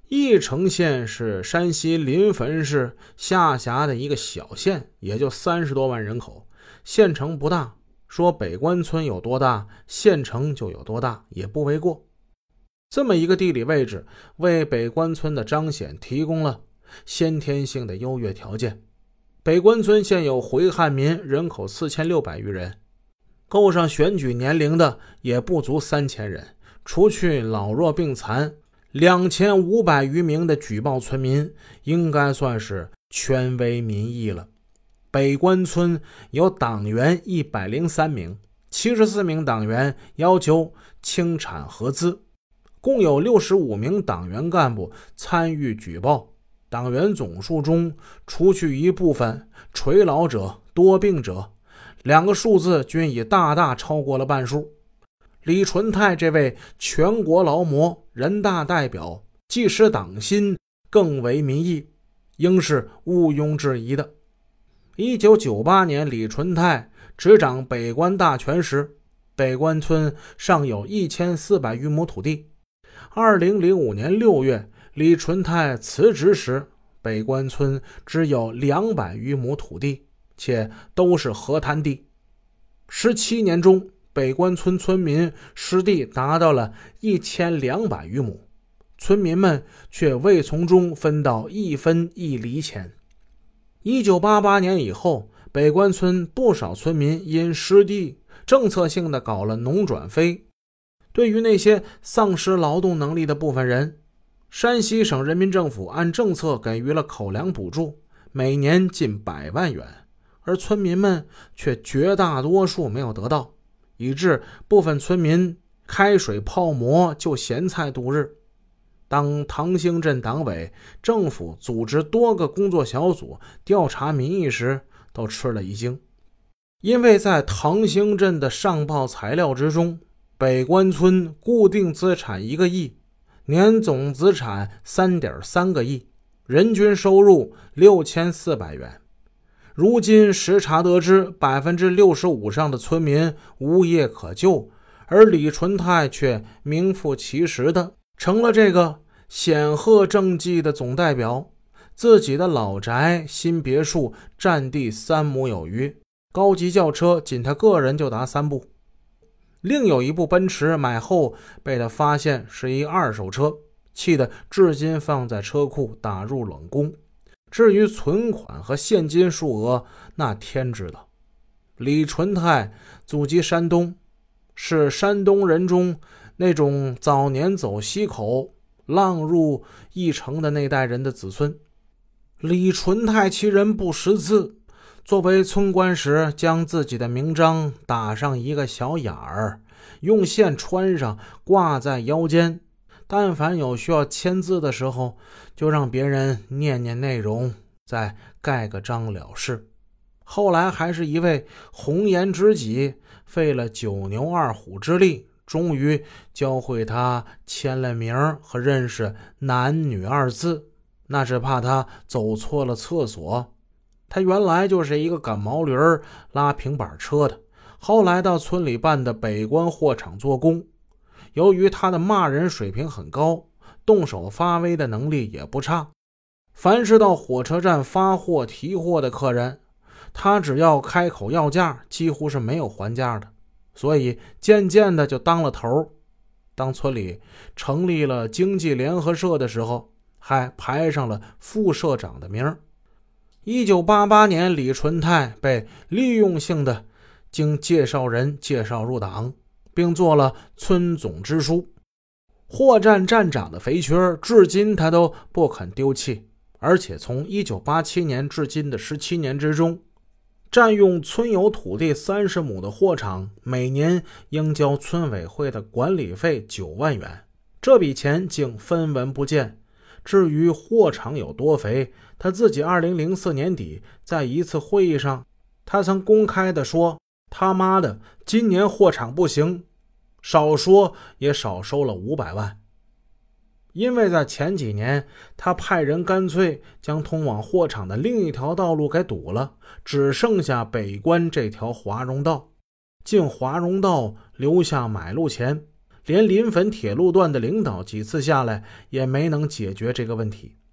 翼城县是山西临汾市下辖的一个小县，也就30多万人口，县城不大，说北关村有多大，县城就有多大，也不为过。这么一个地理位置，为北关村的彰显提供了先天性的优越条件。北关村现有回汉民，人口4600余人，够上选举年龄的也不足3000人，除去老弱病残，2500余名的举报村民，应该算是权威民意了。北关村有党员103名，74名党员要求清产合资，共有65名党员干部参与举报。党员总数中，除去一部分垂老者、多病者，2个数字均已大大超过了半数。李纯泰这位全国劳模、人大代表，既识党心，更为民意，应是毋庸置疑的。1998年，李纯泰执掌北关大权时，北关村尚有1400余亩土地。2005年6月，李纯泰辞职时，北关村只有200余亩土地，且都是河滩地。17年中，北关村村民失地达到了1200余亩，村民们却未从中分到1分1厘钱。1988年以后，北关村不少村民因失地，政策性的搞了农转非。对于那些丧失劳动能力的部分人，山西省人民政府按政策给予了口粮补助，每年近100万元，而村民们却绝大多数没有得到，以致部分村民开水泡馍就咸菜度日。当唐兴镇党委、政府组织多个工作小组调查民意时，都吃了一惊。因为在唐兴镇的上报材料之中，北关村固定资产1个亿，年总资产3.3个亿，人均收入6400元。如今实查得知，65%上的村民无业可就，而李纯泰却名副其实的成了这个显赫政绩的总代表。自己的老宅、新别墅占地3亩有余，高级轿车仅他个人就达3部。另有一部奔驰买后被他发现是一二手车，气得至今放在车库打入冷宫。至于存款和现金数额，那天知道。李纯泰祖籍山东，是山东人中那种早年走西口浪入义城的那代人的子孙。李纯泰其人不识字，作为村官时将自己的名章打上一个小眼儿，用线穿上挂在腰间，但凡有需要签字的时候，就让别人念念内容，再盖个章了事。后来还是一位红颜知己，费了9牛2虎之力，终于教会他签了名和认识男女2字，那是怕他走错了厕所。他原来就是一个赶毛驴拉平板车的，后来到村里办的北关货场做工。由于他的骂人水平很高，动手发威的能力也不差，凡是到火车站发货提货的客人，他只要开口要价，几乎是没有还价的，所以渐渐的就当了头。当村里成立了经济联合社的时候，还排上了副社长的名。1988年，李纯泰被利用性的经介绍人介绍入党，并做了村总支书。货站站长的肥缺至今他都不肯丢弃，而且从1987年至今的17年之中，占用村有土地30亩的货场每年应交村委会的管理费9万元，这笔钱竟分文不见。至于货场有多肥，他自己2004年底在一次会议上，他曾公开地说，他妈的今年货场不行，少说也少收了500万。因为在前几年，他派人干脆将通往货场的另一条道路给堵了，只剩下北关这条华容道。进华容道留下买路钱， 连临汾铁路段的领导几次下来也没能解决这个问题。